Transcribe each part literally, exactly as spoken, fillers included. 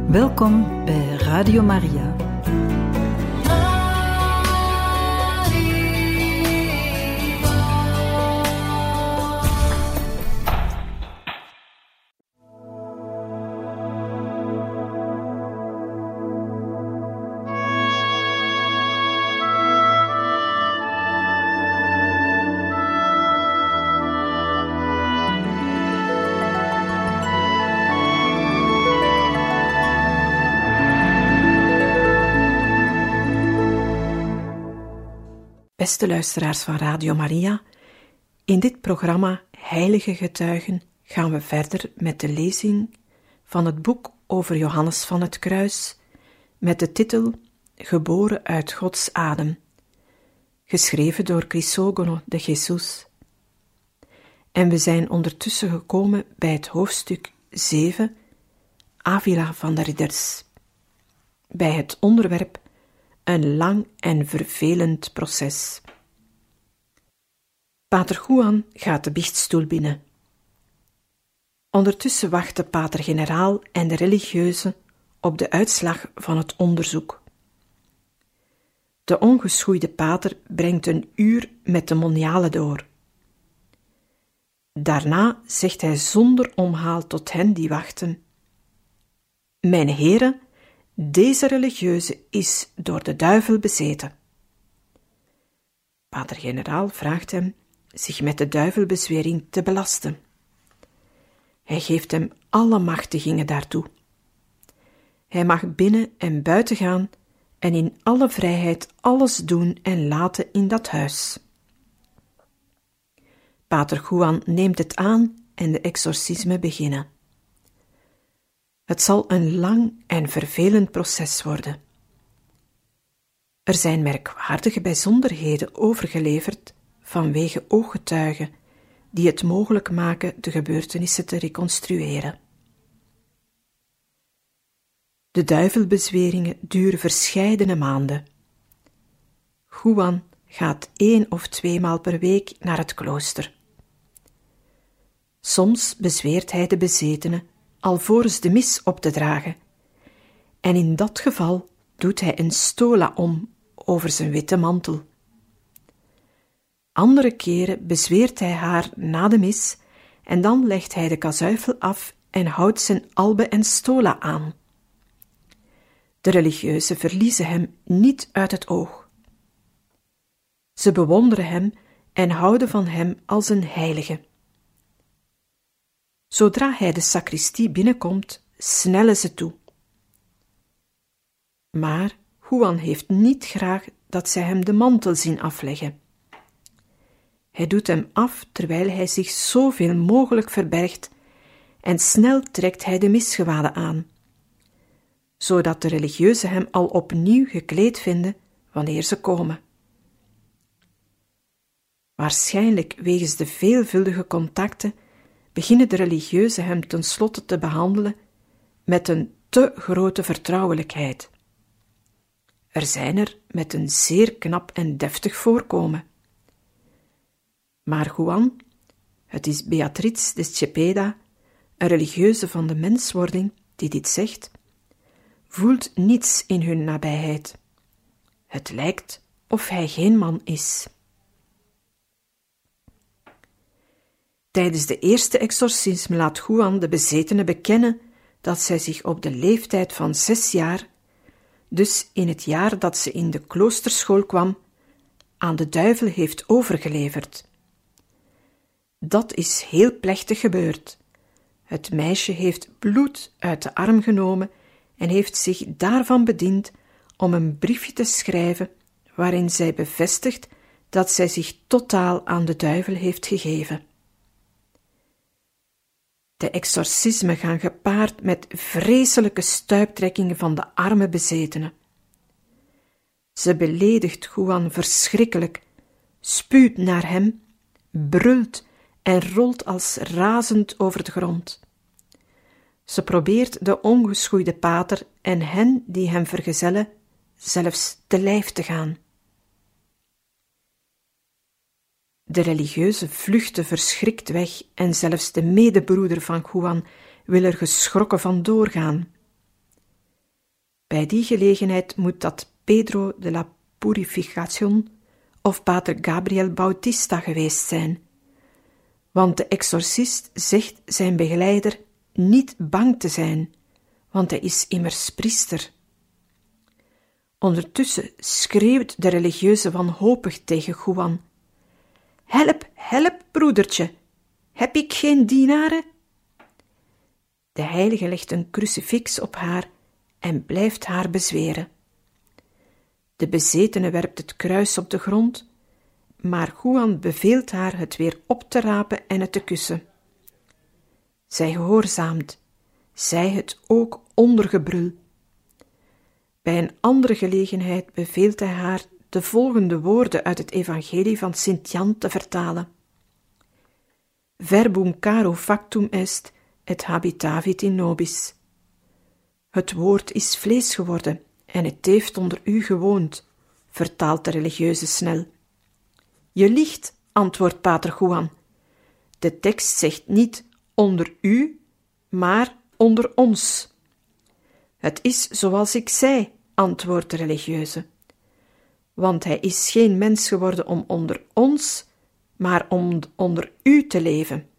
Welkom bij Radio Maria. Beste luisteraars van Radio Maria, in dit programma Heilige Getuigen gaan we verder met de lezing van het boek over Johannes van het Kruis met de titel Geboren uit Gods adem, geschreven door Crisógono de Jesús. En we zijn ondertussen gekomen bij het hoofdstuk zeven, Ávila van de Ridders, bij het onderwerp een lang en vervelend proces. Pater Juan gaat de biechtstoel binnen. Ondertussen wachten pater-generaal en de religieuzen op de uitslag van het onderzoek. De ongeschoeide pater brengt een uur met de moniale door. Daarna zegt hij zonder omhaal tot hen die wachten: Mijn heren, deze religieuze is door de duivel bezeten. Pater-generaal vraagt hem zich met de duivelbezwering te belasten. Hij geeft hem alle machtigingen daartoe. Hij mag binnen en buiten gaan en in alle vrijheid alles doen en laten in dat huis. Pater Juan neemt het aan en de exorcismen beginnen. Het zal een lang en vervelend proces worden. Er zijn merkwaardige bijzonderheden overgeleverd vanwege ooggetuigen die het mogelijk maken de gebeurtenissen te reconstrueren. De duivelbezweringen duren verscheidene maanden. Juan gaat één of tweemaal per week naar het klooster. Soms bezweert hij de bezetene alvorens de mis op te dragen, en in dat geval doet hij een stola om over zijn witte mantel. Andere keren bezweert hij haar na de mis, en dan legt hij de kazuifel af en houdt zijn albe en stola aan. De religieuzen verliezen hem niet uit het oog. Ze bewonderen hem en houden van hem als een heilige. Zodra hij de sacristie binnenkomt, snellen ze toe. Maar Juan heeft niet graag dat zij hem de mantel zien afleggen. Hij doet hem af terwijl hij zich zoveel mogelijk verbergt en snel trekt hij de misgewaden aan, zodat de religieuzen hem al opnieuw gekleed vinden wanneer ze komen. Waarschijnlijk wegens de veelvuldige contacten beginnen de religieuzen hem tenslotte te behandelen met een te grote vertrouwelijkheid. Er zijn er met een zeer knap en deftig voorkomen. Maar Juan, het is Beatriz de Cepeda, een religieuze van de menswording, die dit zegt, voelt niets in hun nabijheid. Het lijkt of hij geen man is. Tijdens de eerste exorcisme laat Juan de bezetene bekennen dat zij zich op de leeftijd van zes jaar, dus in het jaar dat ze in de kloosterschool kwam, aan de duivel heeft overgeleverd. Dat is heel plechtig gebeurd. Het meisje heeft bloed uit de arm genomen en heeft zich daarvan bediend om een briefje te schrijven waarin zij bevestigt dat zij zich totaal aan de duivel heeft gegeven. De exorcismen gaan gepaard met vreselijke stuiptrekkingen van de arme bezetene. Ze beledigt Juan verschrikkelijk, spuwt naar hem, brult en rolt als razend over de grond. Ze probeert de ongeschoeide pater en hen die hem vergezellen zelfs te lijf te gaan. De religieuzen vluchten verschrikt weg en zelfs de medebroeder van Juan wil er geschrokken van doorgaan. Bij die gelegenheid moet dat Pedro de la Purificación of pater Gabriel Bautista geweest zijn, want de exorcist zegt zijn begeleider niet bang te zijn, want hij is immers priester. Ondertussen schreeuwt de religieuze wanhopig tegen Juan: Help, help, broedertje, heb ik geen dienaren? De heilige legt een crucifix op haar en blijft haar bezweren. De bezetene werpt het kruis op de grond, maar Juan beveelt haar het weer op te rapen en het te kussen. Zij gehoorzaamt, zij het ook onder gebrul. Bij een andere gelegenheid beveelt hij haar de volgende woorden uit het evangelie van Sint Jan te vertalen: Verbum caro factum est, et habitavit in nobis. Het woord is vlees geworden en het heeft onder u gewoond, vertaalt de religieuze snel. Je liegt, antwoordt pater Juan. De tekst zegt niet onder u, maar onder ons. Het is zoals ik zei, antwoordt de religieuze. Want hij is geen mens geworden om onder ons, maar om onder u te leven.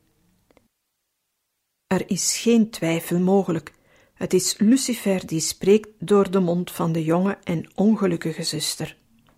Er is geen twijfel mogelijk. Het is Lucifer die spreekt door de mond van de jonge en ongelukkige zuster.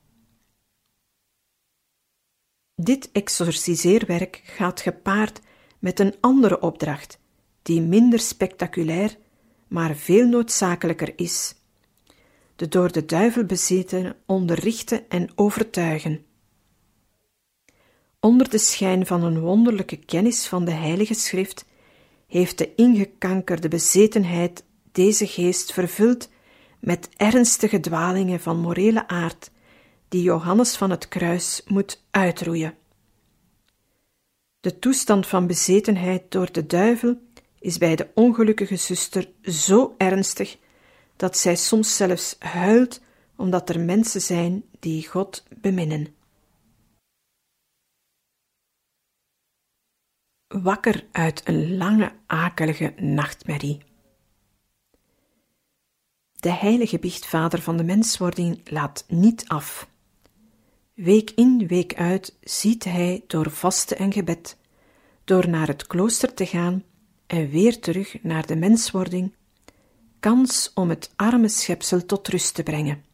Dit exorciseerwerk gaat gepaard met een andere opdracht, die minder spectaculair, maar veel noodzakelijker is: de door de duivel bezetenen onderrichten en overtuigen. Onder de schijn van een wonderlijke kennis van de Heilige Schrift heeft de ingekankerde bezetenheid deze geest vervuld met ernstige dwalingen van morele aard, die Johannes van het Kruis moet uitroeien. De toestand van bezetenheid door de duivel is bij de ongelukkige zuster zo ernstig dat zij soms zelfs huilt omdat er mensen zijn die God beminnen. Wakker uit een lange, akelige nachtmerrie. De heilige biechtvader van de menswording laat niet af. Week in, week uit ziet hij door vasten en gebed, door naar het klooster te gaan en weer terug naar de menswording, kans om het arme schepsel tot rust te brengen.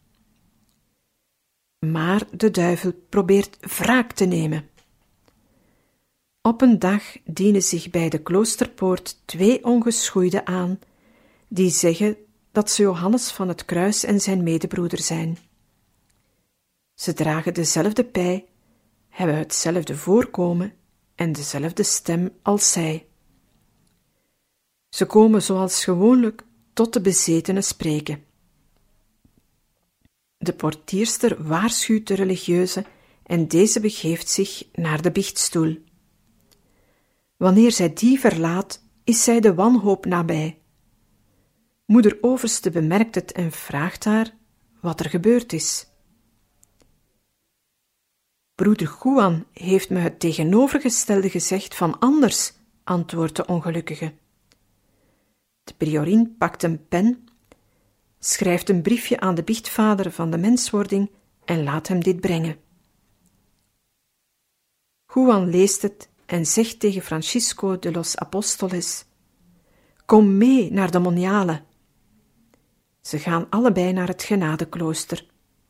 Maar de duivel probeert wraak te nemen. Op een dag dienen zich bij de kloosterpoort twee ongeschoeiden aan, die zeggen dat ze Johannes van het Kruis en zijn medebroeder zijn. Ze dragen dezelfde pij, hebben hetzelfde voorkomen en dezelfde stem als zij. Ze komen zoals gewoonlijk tot de bezetene spreken. De portierster waarschuwt de religieuze en deze begeeft zich naar de biechtstoel. Wanneer zij die verlaat, is zij de wanhoop nabij. Moeder Overste bemerkt het en vraagt haar wat er gebeurd is. Broeder Juan heeft me het tegenovergestelde gezegd van anders, antwoordt de ongelukkige. De priorin pakt een pen, schrijft een briefje aan de biechtvader van de menswording en laat hem dit brengen. Juan leest het en zegt tegen Francisco de los Apóstoles: Kom mee naar de moniale. Ze gaan allebei naar het genadeklooster.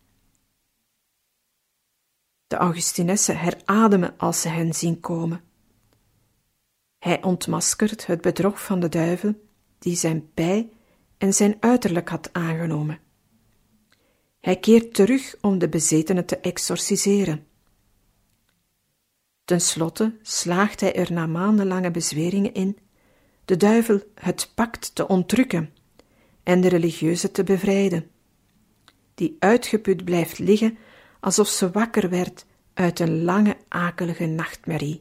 De Augustinessen herademen als ze hen zien komen. Hij ontmaskert het bedrog van de duivel, die zijn pij en zijn uiterlijk had aangenomen. Hij keert terug om de bezetene te exorciseren. Ten slotte slaagt hij er na maandenlange bezweringen in de duivel het pact te ontrukken en de religieuze te bevrijden, die uitgeput blijft liggen alsof ze wakker werd uit een lange, akelige nachtmerrie.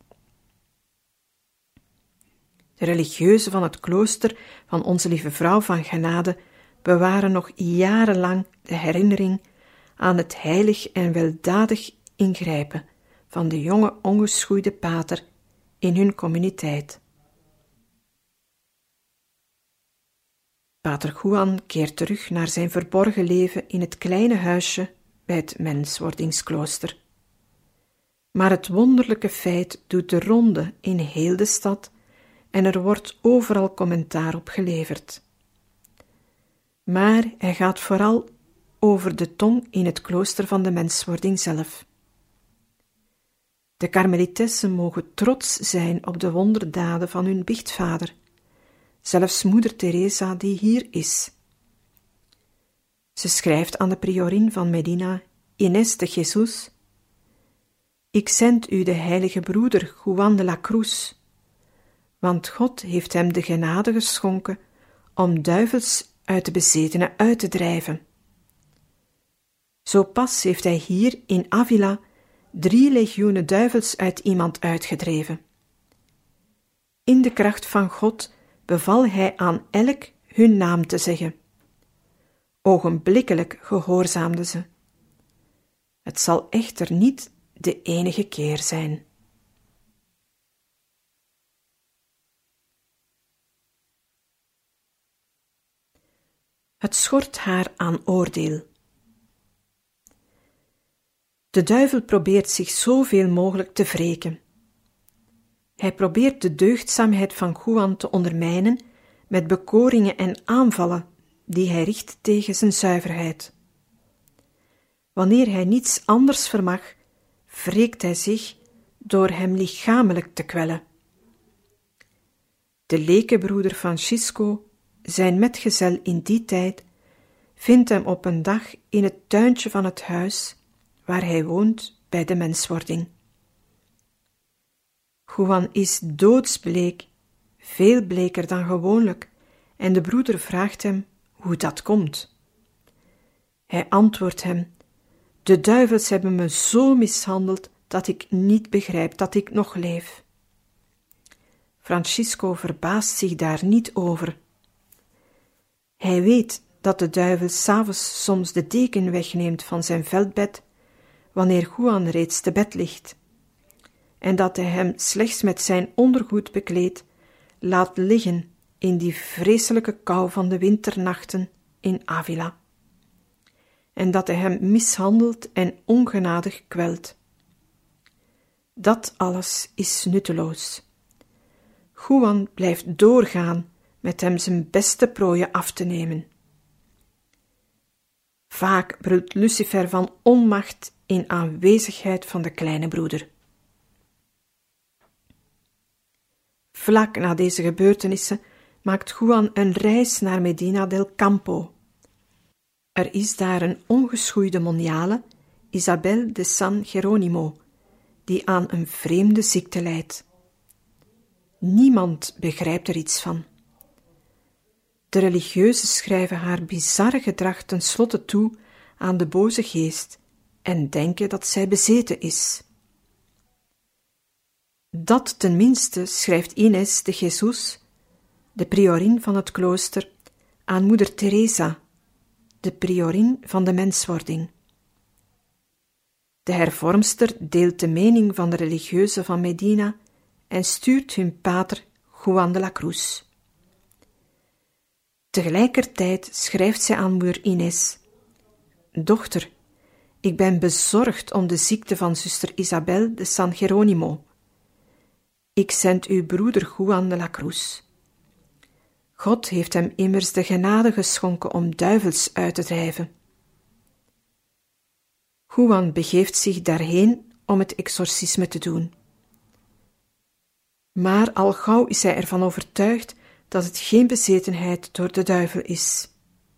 De religieuzen van het klooster van Onze Lieve Vrouw van Genade bewaren nog jarenlang de herinnering aan het heilig en weldadig ingrijpen van de jonge ongeschoeide pater in hun communiteit. Pater Juan keert terug naar zijn verborgen leven in het kleine huisje bij het menswordingsklooster. Maar het wonderlijke feit doet de ronde in heel de stad en er wordt overal commentaar op geleverd. Maar hij gaat vooral over de tong in het klooster van de menswording zelf. De karmelitessen mogen trots zijn op de wonderdaden van hun biechtvader, zelfs moeder Teresa die hier is. Ze schrijft aan de priorin van Medina, Inés de Jesús: Ik zend u de heilige broeder Juan de la Cruz, want God heeft hem de genade geschonken om duivels uit de bezetenen uit te drijven. Zo pas heeft hij hier in Avila drie legioenen duivels uit iemand uitgedreven. In de kracht van God beval hij aan elk hun naam te zeggen. Ogenblikkelijk gehoorzaamden ze. Het zal echter niet de enige keer zijn. Het schort haar aan oordeel. De duivel probeert zich zoveel mogelijk te wreken. Hij probeert de deugdzaamheid van Juan te ondermijnen met bekoringen en aanvallen die hij richt tegen zijn zuiverheid. Wanneer hij niets anders vermag, wreekt hij zich door hem lichamelijk te kwellen. De lekenbroeder Francisco, zijn metgezel in die tijd, vindt hem op een dag in het tuintje van het huis waar hij woont bij de menswording. Juan is doodsbleek, veel bleker dan gewoonlijk, en de broeder vraagt hem hoe dat komt. Hij antwoordt hem: De duivels hebben me zo mishandeld dat ik niet begrijp dat ik nog leef. Francisco verbaast zich daar niet over. Hij weet dat de duivel 's avonds soms de deken wegneemt van zijn veldbed, wanneer Juan reeds te bed ligt, en dat hij hem slechts met zijn ondergoed bekleed laat liggen in die vreselijke kou van de winternachten in Avila, en dat hij hem mishandelt en ongenadig kwelt. Dat alles is nutteloos. Juan blijft doorgaan met hem zijn beste prooien af te nemen. Vaak brult Lucifer van onmacht in aanwezigheid van de kleine broeder. Vlak na deze gebeurtenissen maakt Juan een reis naar Medina del Campo. Er is daar een ongeschoeide moniale, Isabel de San Geronimo, die aan een vreemde ziekte lijdt. Niemand begrijpt er iets van. De religieuzen schrijven haar bizarre gedrag ten slotte toe aan de boze geest en denken dat zij bezeten is. Dat tenminste schrijft Inés de Jesús, de priorin van het klooster, aan moeder Teresa, de priorin van de menswording. De hervormster deelt de mening van de religieuzen van Medina en stuurt hun pater Juan de la Cruz. Tegelijkertijd schrijft zij aan moeder Inés: Dochter, ik ben bezorgd om de ziekte van zuster Isabel de San Geronimo. Ik zend uw broeder Juan de la Cruz. God heeft hem immers de genade geschonken om duivels uit te drijven. Juan begeeft zich daarheen om het exorcisme te doen. Maar al gauw is hij ervan overtuigd dat het geen bezetenheid door de duivel is.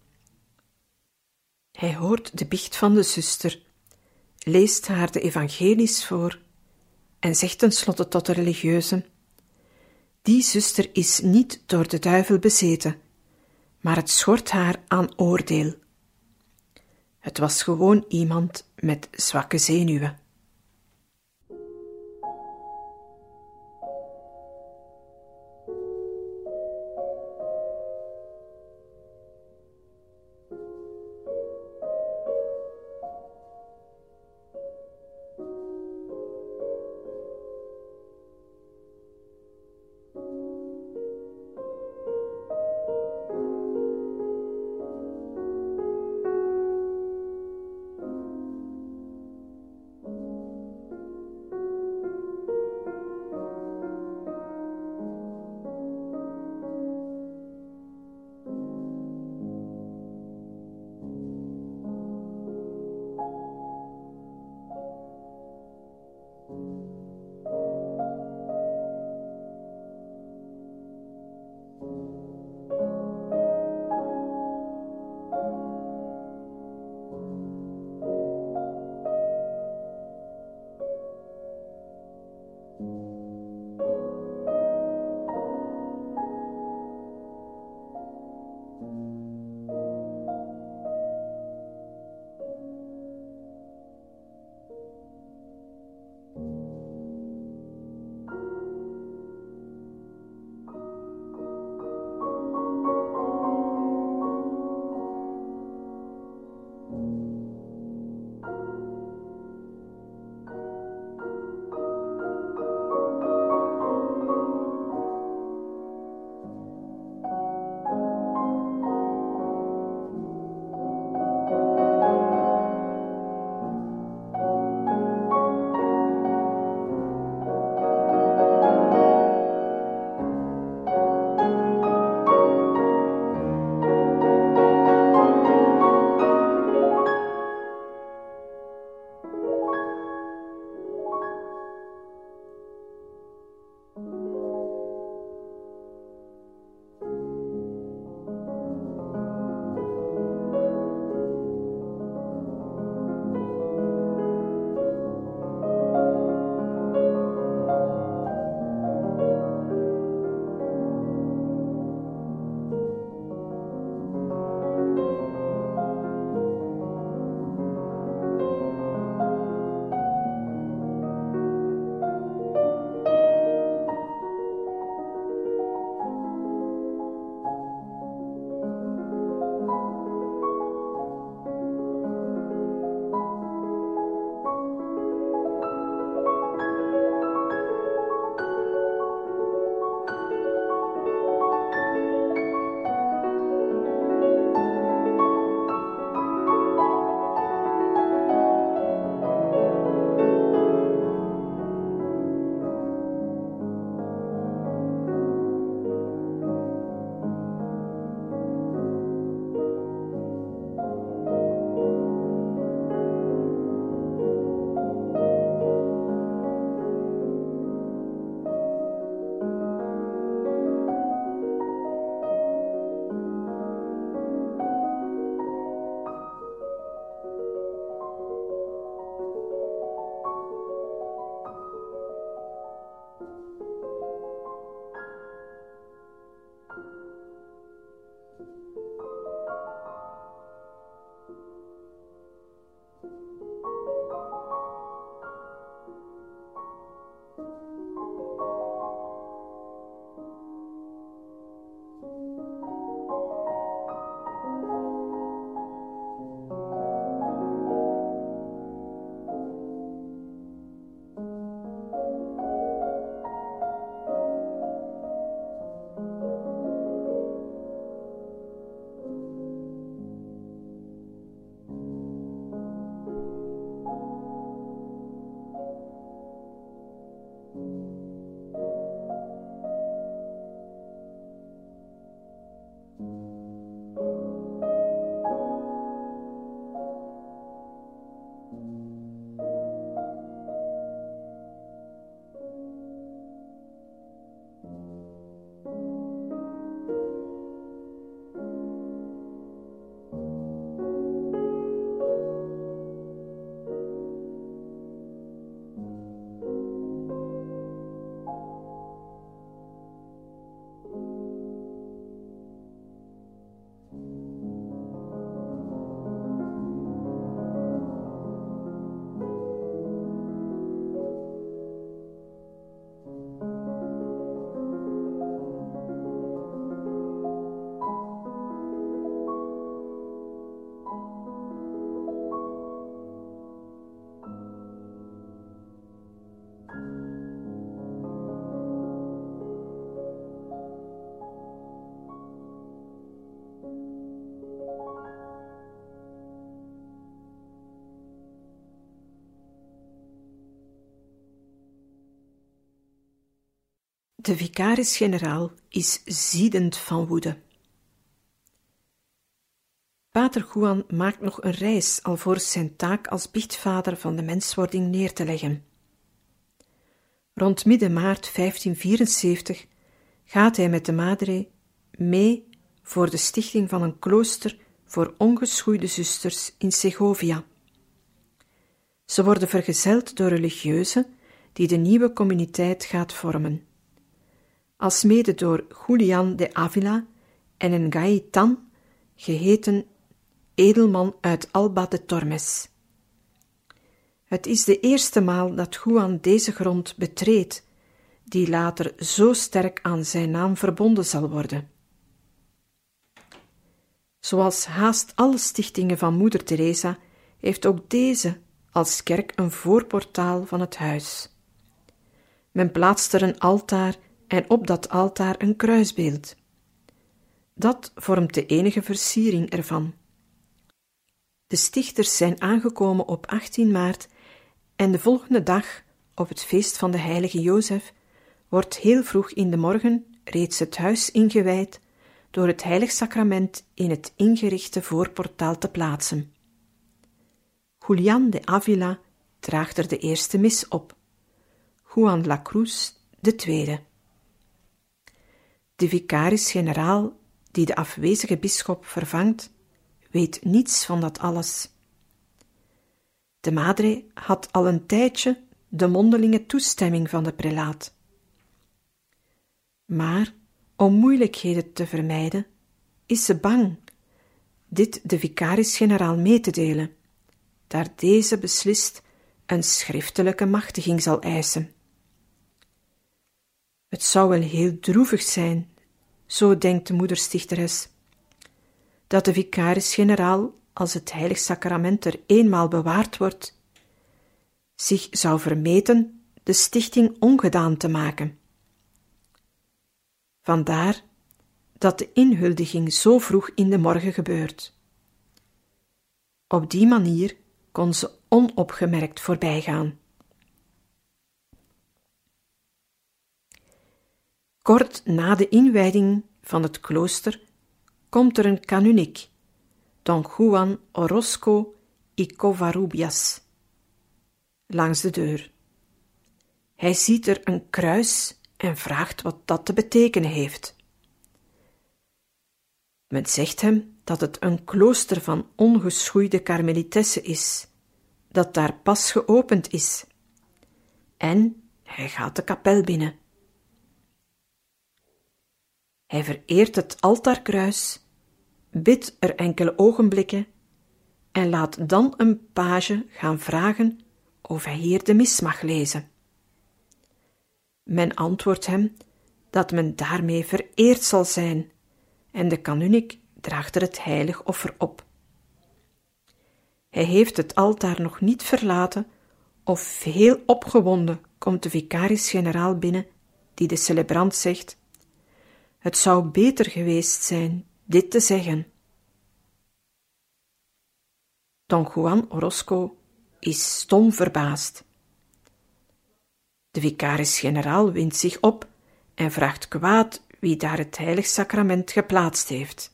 Hij hoort de biecht van de zuster, leest haar de evangelies voor en zegt tenslotte tot de religieuze: Die zuster is niet door de duivel bezeten, maar het schort haar aan oordeel. Het was gewoon iemand met zwakke zenuwen. De vicaris-generaal is ziedend van woede. Pater Juan maakt nog een reis alvorens zijn taak als biechtvader van de menswording neer te leggen. Rond midden maart vijftien vierenzeventig gaat hij met de Madre mee voor de stichting van een klooster voor ongeschoeide zusters in Segovia. Ze worden vergezeld door religieuzen die de nieuwe communiteit gaat vormen, alsmede door Julián de Ávila en een Gaitán, geheten edelman uit Alba de Tormes. Het is de eerste maal dat Juan deze grond betreedt, die later zo sterk aan zijn naam verbonden zal worden. Zoals haast alle stichtingen van Moeder Teresa, heeft ook deze als kerk een voorportaal van het huis. Men plaatst er een altaar en op dat altaar een kruisbeeld. Dat vormt de enige versiering ervan. De stichters zijn aangekomen op achttien maart en de volgende dag, op het feest van de heilige Jozef, wordt heel vroeg in de morgen reeds het huis ingewijd door het heilig sacrament in het ingerichte voorportaal te plaatsen. Julián de Ávila draagt er de eerste mis op, Juan la Cruz de tweede. De vicaris-generaal, die de afwezige bisschop vervangt, weet niets van dat alles. De Madre had al een tijdje de mondelinge toestemming van de prelaat. Maar, om moeilijkheden te vermijden, is ze bang dit de vicaris-generaal mee te delen, daar deze beslist een schriftelijke machtiging zal eisen. Het zou wel heel droevig zijn, zo denkt de moederstichteres, dat de vicaris-generaal, als het heilig sacrament er eenmaal bewaard wordt, zich zou vermeten de stichting ongedaan te maken. Vandaar dat de inhuldiging zo vroeg in de morgen gebeurt. Op die manier kon ze onopgemerkt voorbijgaan. Kort na de inwijding van het klooster komt er een kanuniek, Don Juan Orozco y Covarrubias, langs de deur. Hij ziet er een kruis en vraagt wat dat te betekenen heeft. Men zegt hem dat het een klooster van ongeschoeide karmelitessen is, dat daar pas geopend is, en hij gaat de kapel binnen. Hij vereert het altaarkruis, bidt er enkele ogenblikken en laat dan een page gaan vragen of hij hier de mis mag lezen. Men antwoordt hem dat men daarmee vereerd zal zijn en de kanuniek draagt er het heilig offer op. Hij heeft het altaar nog niet verlaten of heel opgewonden komt de vicaris-generaal binnen die de celebrant zegt: het zou beter geweest zijn dit te zeggen. Don Juan Orozco is stom verbaasd. De vicaris-generaal windt zich op en vraagt kwaad wie daar het heilig sacrament geplaatst heeft.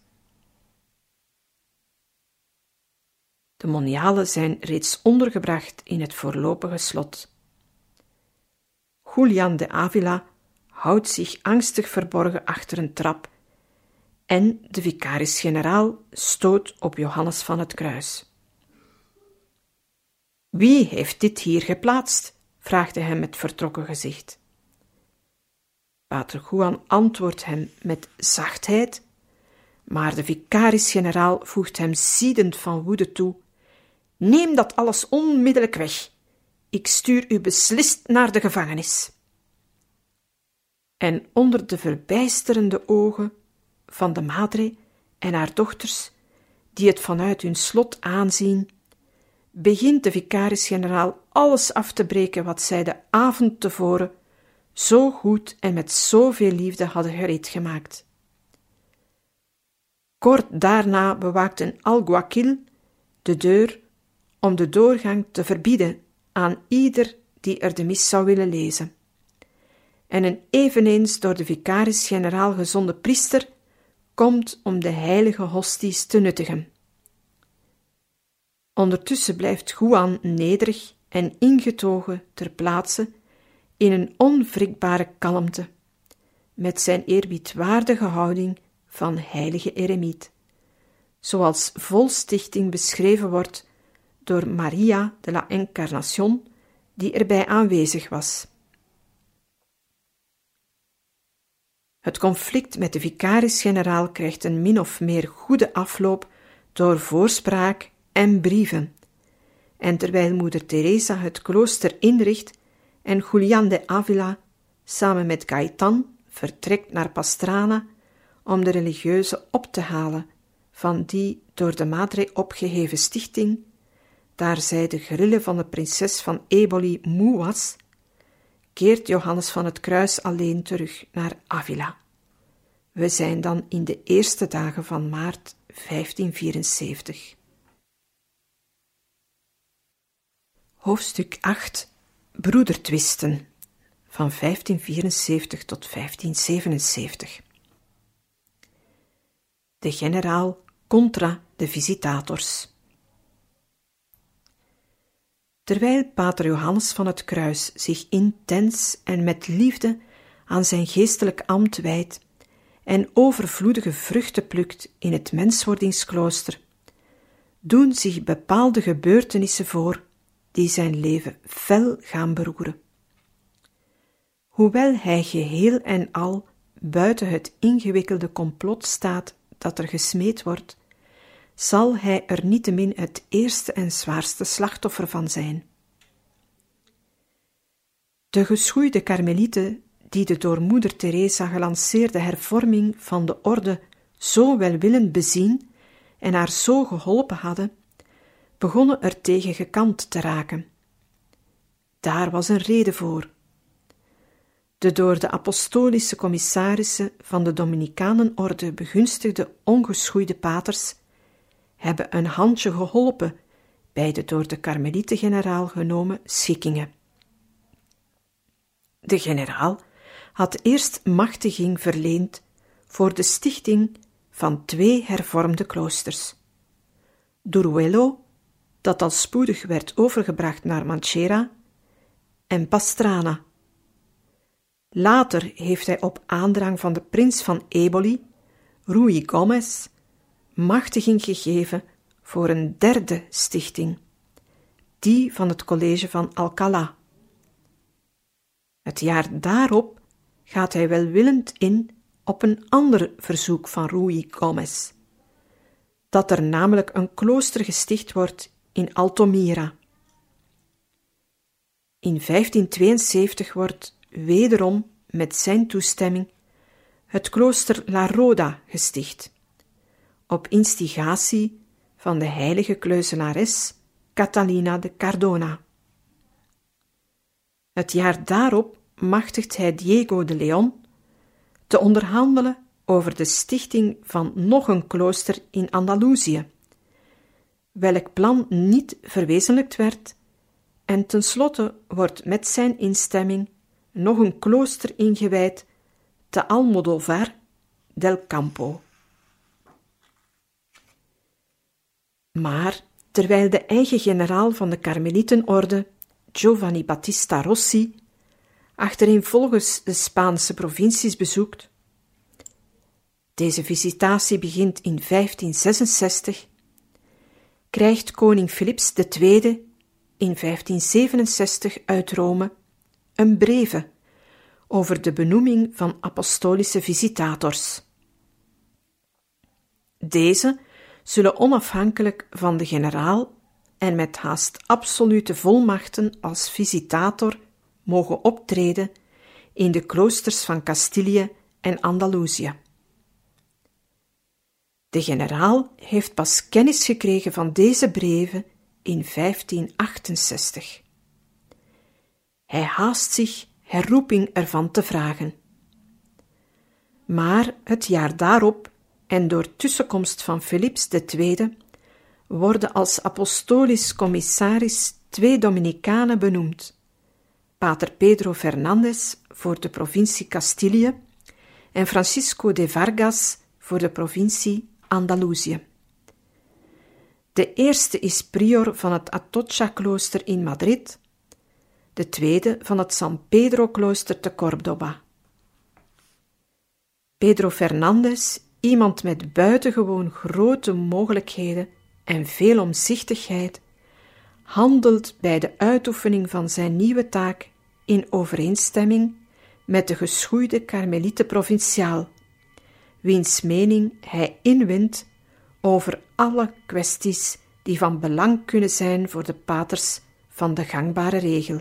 De monialen zijn reeds ondergebracht in het voorlopige slot. Julián de Ávila houdt zich angstig verborgen achter een trap en de vicaris-generaal stoot op Johannes van het Kruis. Wie heeft dit hier geplaatst? Vraagt hij hem met vertrokken gezicht. Pater Juan antwoordt hem met zachtheid, maar de vicaris-generaal voegt hem ziedend van woede toe: neem dat alles onmiddellijk weg. Ik stuur u beslist naar de gevangenis. En onder de verbijsterende ogen van de Madre en haar dochters, die het vanuit hun slot aanzien, begint de vicaris-generaal alles af te breken wat zij de avond tevoren zo goed en met zoveel liefde hadden gereed gemaakt. Kort daarna bewaakt een alguacil de deur om de doorgang te verbieden aan ieder die er de mis zou willen lezen. en een eveneens door de vicaris-generaal gezonden priester komt om de heilige hosties te nuttigen. Ondertussen blijft Juan nederig en ingetogen ter plaatse in een onwrikbare kalmte, met zijn eerbiedwaardige houding van heilige eremiet, zoals vol stichting beschreven wordt door Maria de la Encarnación, die erbij aanwezig was. Het conflict met de vicaris-generaal krijgt een min of meer goede afloop door voorspraak en brieven, en terwijl moeder Teresa het klooster inricht en Julián de Ávila samen met Gaitán vertrekt naar Pastrana om de religieuze op te halen van die door de Madre opgeheven stichting, daar zij de grillen van de prinses van Eboli moe was, keert Johannes van het Kruis alleen terug naar Ávila. We zijn dan in de eerste dagen van maart vijftien vierenzeventig. Hoofdstuk acht. Broedertwisten, van vijftien vierenzeventig tot vijftien zevenenzeventig. De generaal contra de visitators. Terwijl pater Johannes van het Kruis zich intens en met liefde aan zijn geestelijk ambt wijdt en overvloedige vruchten plukt in het menswordingsklooster, doen zich bepaalde gebeurtenissen voor die zijn leven fel gaan beroeren. Hoewel hij geheel en al buiten het ingewikkelde complot staat dat er gesmeed wordt, zal hij er niettemin het eerste en zwaarste slachtoffer van zijn. De geschoeide karmelieten, die de door moeder Teresa gelanceerde hervorming van de orde zo welwillend bezien en haar zo geholpen hadden, begonnen er tegen gekant te raken. Daar was een reden voor. De door de apostolische commissarissen van de Dominicanenorde begunstigde ongeschoeide paters hebben een handje geholpen bij de door de karmelieten-generaal genomen schikkingen. De generaal had eerst machtiging verleend voor de stichting van twee hervormde kloosters. Duruelo, dat al spoedig werd overgebracht naar Manchera, en Pastrana. Later heeft hij op aandrang van de prins van Eboli, Ruy Gómez, machtiging gegeven voor een derde stichting, die van het college van Alcalá. Het jaar daarop gaat hij welwillend in op een ander verzoek van Ruy Gómez, dat er namelijk een klooster gesticht wordt in Altomira. In vijftien tweeënzeventig wordt wederom met zijn toestemming het klooster La Roda gesticht, op instigatie van de heilige kleuzenares Catalina de Cardona. Het jaar daarop machtigt hij Diego de León te onderhandelen over de stichting van nog een klooster in Andalusië, welk plan niet verwezenlijkt werd, en tenslotte wordt met zijn instemming nog een klooster ingewijd te Almodóvar del Campo. Maar terwijl de eigen generaal van de Karmelietenorde, Giovanni Battista Rossi, achtereenvolgens de Spaanse provincies bezoekt, deze visitatie begint in vijftien zesenzestig, krijgt koning Philips de Tweede in vijftien zevenenzestig uit Rome een breve over de benoeming van apostolische visitators. Deze zullen onafhankelijk van de generaal en met haast absolute volmachten als visitator mogen optreden in de kloosters van Castilië en Andalusië. De generaal heeft pas kennis gekregen van deze brieven in vijftien achtenzestig. Hij haast zich herroeping ervan te vragen. Maar het jaar daarop, en door tussenkomst van Philips de Tweede, worden als apostolisch commissaris twee Dominicanen benoemd, pater Pedro Fernandez voor de provincie Castilië en Francisco de Vargas voor de provincie Andalusië. De eerste is prior van het Atocha-klooster in Madrid, de tweede van het San Pedro-klooster te Córdoba. Pedro Fernandez, iemand met buitengewoon grote mogelijkheden en veel omzichtigheid, handelt bij de uitoefening van zijn nieuwe taak in overeenstemming met de geschoeide Karmelieten-provinciaal, wiens mening hij inwint over alle kwesties die van belang kunnen zijn voor de paters van de gangbare regel.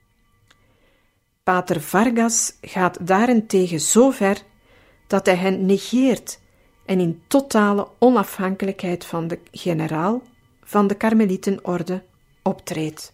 Pater Vargas gaat daarentegen zo ver dat hij hen negeert en in totale onafhankelijkheid van de generaal van de Karmelietenorde optreedt.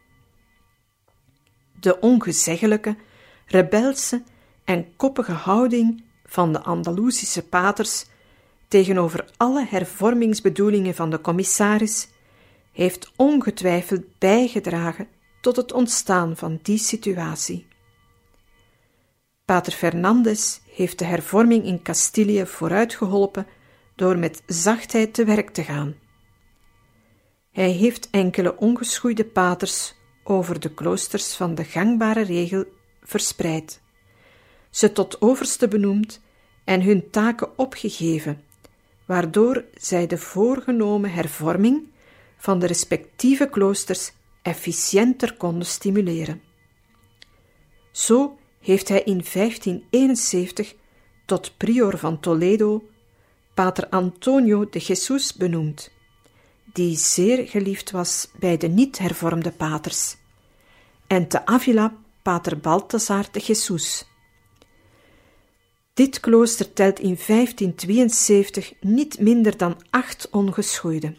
De ongezeggelijke, rebelse en koppige houding van de Andalusische paters tegenover alle hervormingsbedoelingen van de commissaris heeft ongetwijfeld bijgedragen tot het ontstaan van die situatie. Pater Fernandez heeft de hervorming in Castilië vooruitgeholpen door met zachtheid te werk te gaan. Hij heeft enkele ongeschoeide paters over de kloosters van de gangbare regel verspreid, ze tot overste benoemd en hun taken opgegeven, waardoor zij de voorgenomen hervorming van de respectieve kloosters efficiënter konden stimuleren. Zo heeft hij in vijftien eenenzeventig tot prior van Toledo pater Antonio de Jesus benoemd, die zeer geliefd was bij de niet-hervormde paters, en te Avila pater Balthasar de Jesus. Dit klooster telt in vijftien tweeënzeventig niet minder dan acht ongeschoeiden.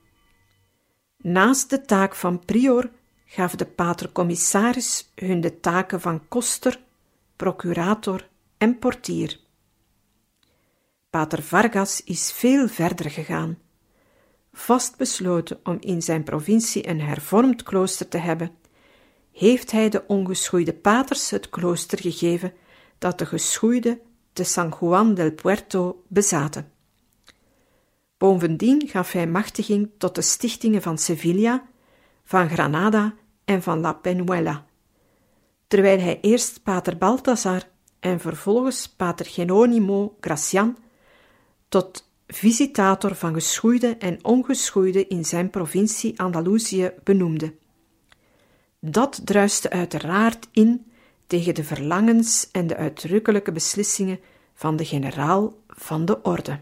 Naast de taak van prior gaf de pater-commissaris hun de taken van koster, procurator en portier. Pater Vargas is veel verder gegaan, vastbesloten om in zijn provincie een hervormd klooster te hebben, heeft hij de ongeschoeide paters het klooster gegeven dat de geschoeide te San Juan del Puerto bezaten. Bovendien gaf hij machtiging tot de stichtingen van Sevilla, van Granada en van La Penuela, terwijl hij eerst pater Balthasar en vervolgens pater Geronimo Gracian tot visitator van geschoeide en ongeschoeide in zijn provincie Andalusië benoemde. Dat druiste uiteraard in tegen de verlangens en de uitdrukkelijke beslissingen van de generaal van de orde.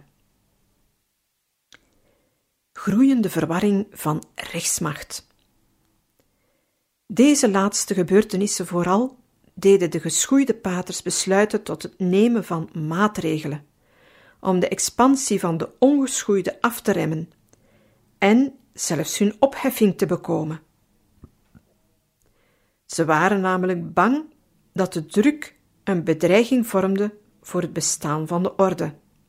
Groeiende verwarring van rechtsmacht. Deze laatste gebeurtenissen vooral deden de geschoeide paters besluiten tot het nemen van maatregelen om de expansie van de ongeschoeide af te remmen en zelfs hun opheffing te bekomen. Ze waren namelijk bang dat de druk een bedreiging vormde voor het bestaan van de orde.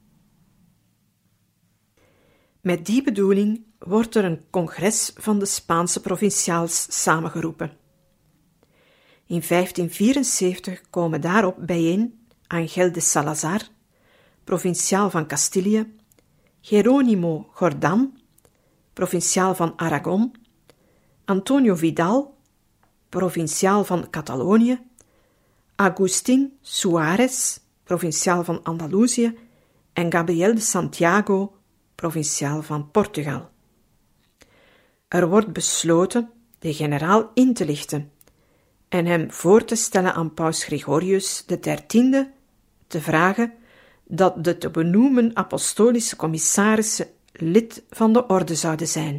Met die bedoeling wordt er een congres van de Spaanse provinciaals samengeroepen. In vijftien vierenzeventig komen daarop bijeen Ángel de Salazar, provinciaal van Castilië, Jerónimo Jordán, provinciaal van Aragon, Antonio Vidal, provinciaal van Catalonië, Agustín Suárez, provinciaal van Andalusië, en Gabriel de Santiago, provinciaal van Portugal. Er wordt besloten de generaal in te lichten en hem voor te stellen aan paus Gregorius de dertiende, te vragen dat de te benoemen apostolische commissarissen lid van de orde zouden zijn.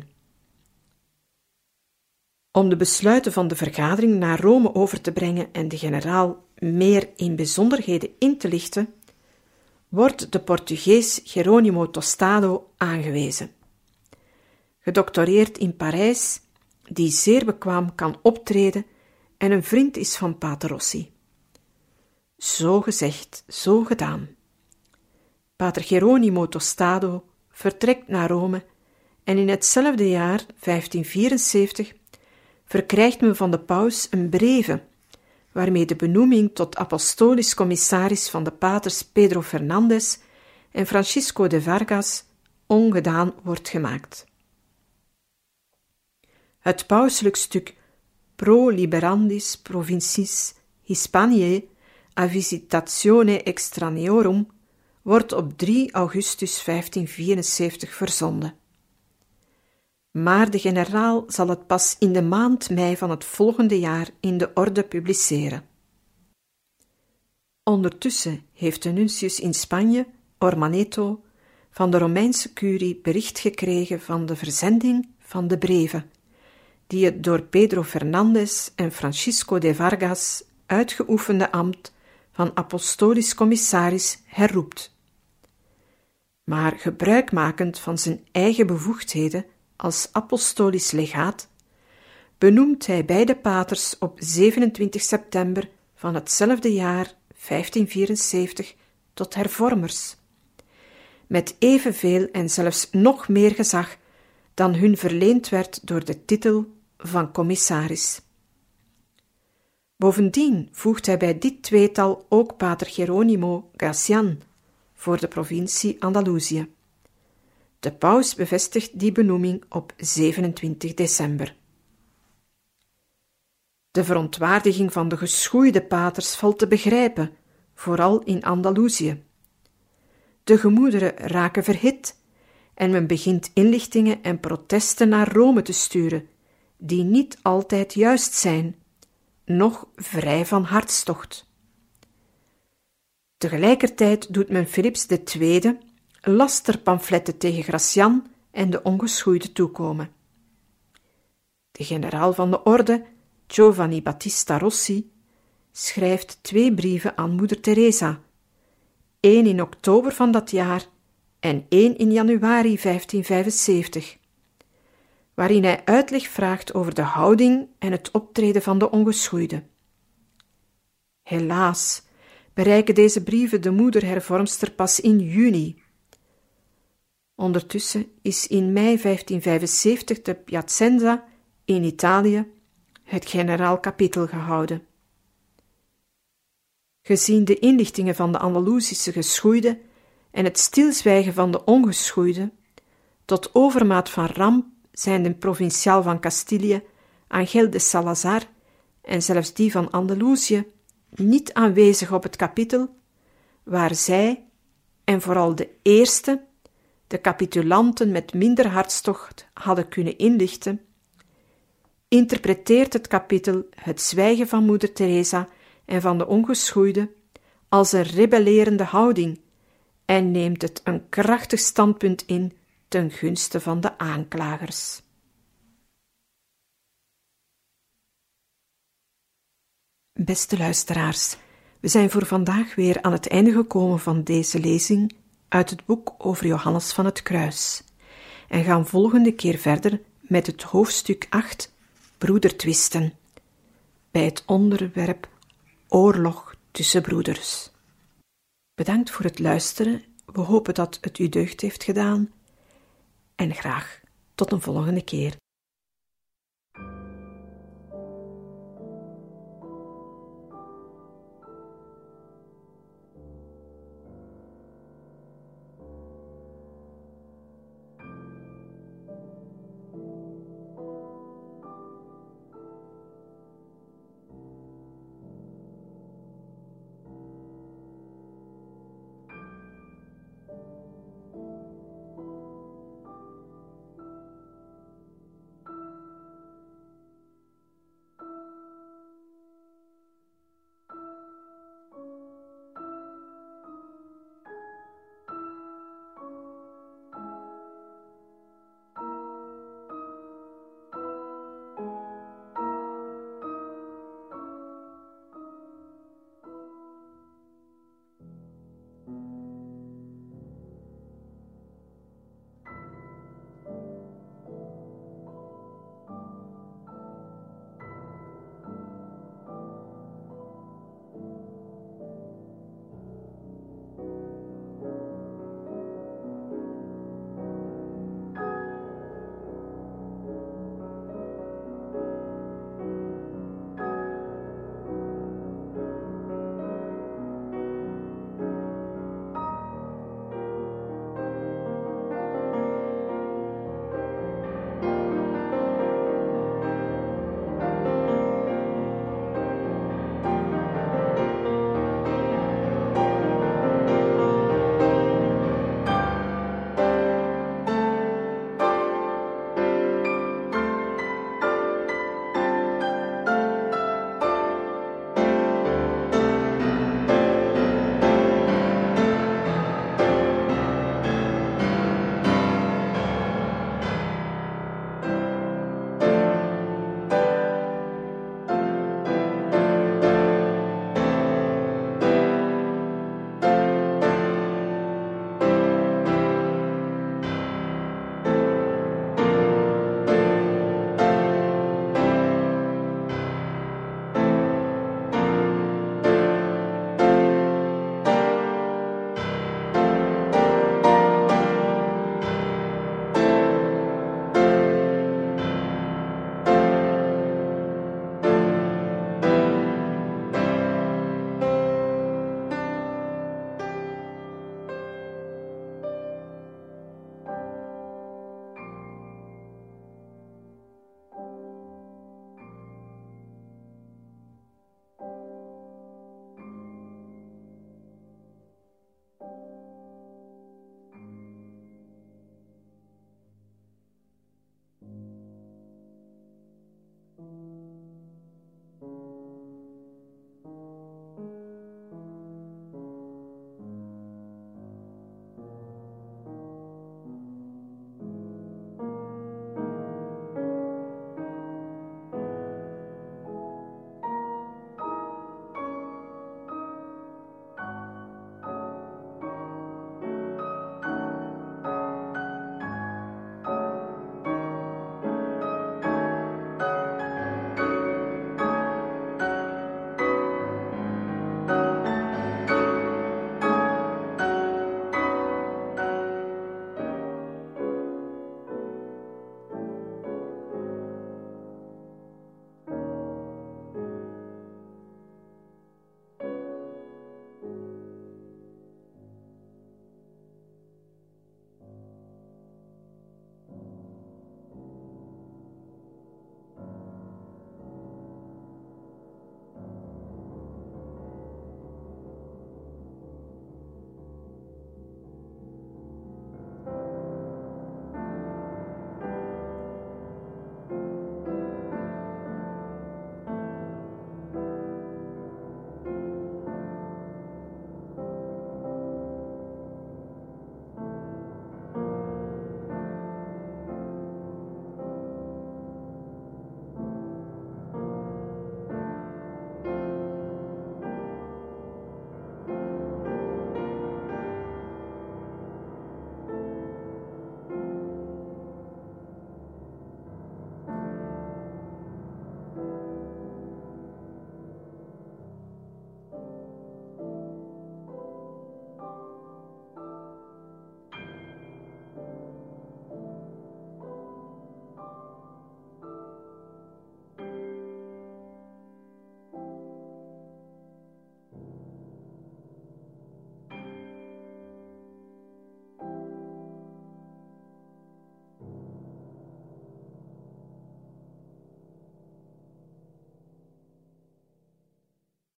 Om de besluiten van de vergadering naar Rome over te brengen en de generaal meer in bijzonderheden in te lichten, wordt de Portugees Jerónimo Tostado aangewezen. Gedoctoreerd in Parijs, die zeer bekwaam kan optreden en een vriend is van Pater Rossi. Zo gezegd, zo gedaan. Pater Jerónimo Tostado vertrekt naar Rome en in hetzelfde jaar, vijftien vierenzeventig, verkrijgt men van de paus een breve waarmee de benoeming tot apostolisch commissaris van de paters Pedro Fernandez en Francisco de Vargas ongedaan wordt gemaakt. Het pauselijk stuk Pro liberandis provincies Hispaniae a visitatione extraneorum wordt op drie augustus vijftien vierenzeventig verzonden. Maar de generaal zal het pas in de maand mei van het volgende jaar in de orde publiceren. Ondertussen heeft de nuntius in Spanje, Ormaneto, van de Romeinse curie bericht gekregen van de verzending van de brieven, die het door Pedro Fernandez en Francisco de Vargas uitgeoefende ambt van apostolisch commissaris herroept. Maar gebruikmakend van zijn eigen bevoegdheden als apostolisch legaat, benoemt hij beide paters op zevenentwintig september van hetzelfde jaar vijftien vierenzeventig tot hervormers, met evenveel en zelfs nog meer gezag dan hun verleend werd door de titel van commissaris. Bovendien voegt hij bij dit tweetal ook pater Geronimo Gracian voor de provincie Andalusië. De paus bevestigt die benoeming op zevenentwintig december. De verontwaardiging van de geschoeide paters valt te begrijpen, vooral in Andalusië. De gemoederen raken verhit en men begint inlichtingen en protesten naar Rome te sturen, die niet altijd juist zijn, noch vrij van hartstocht. Tegelijkertijd doet men Philips de Tweede lasterpamfletten tegen Gracian en de ongeschoeide toekomen. De generaal van de orde, Giovanni Battista Rossi, schrijft twee brieven aan moeder Teresa, één in oktober van dat jaar en één in januari vijftien vijfenzeventig, waarin hij uitleg vraagt over de houding en het optreden van de ongeschoeide. Helaas bereiken deze brieven de moeder-hervormster pas in juni. Ondertussen is in mei vijftien vijfenzeventig te Piacenza in Italië het generaal kapitel gehouden. Gezien de inlichtingen van de Andalusische geschoeide en het stilzwijgen van de ongeschoeide, tot overmaat van ramp zijn de provinciaal van Castilië, Ángel de Salazar en zelfs die van Andalusië niet aanwezig op het kapitel, waar zij, en vooral de eerste, de capitulanten met minder hartstocht hadden kunnen inlichten, interpreteert het kapitel het zwijgen van moeder Teresa en van de ongeschoeide als een rebellerende houding en neemt het een krachtig standpunt in ten gunste van de aanklagers. Beste luisteraars, we zijn voor vandaag weer aan het einde gekomen van deze lezing uit het boek over Johannes van het Kruis en gaan volgende keer verder met het hoofdstuk acht, broedertwisten, bij het onderwerp oorlog tussen broeders. Bedankt voor het luisteren, we hopen dat het u deugd heeft gedaan en graag tot een volgende keer.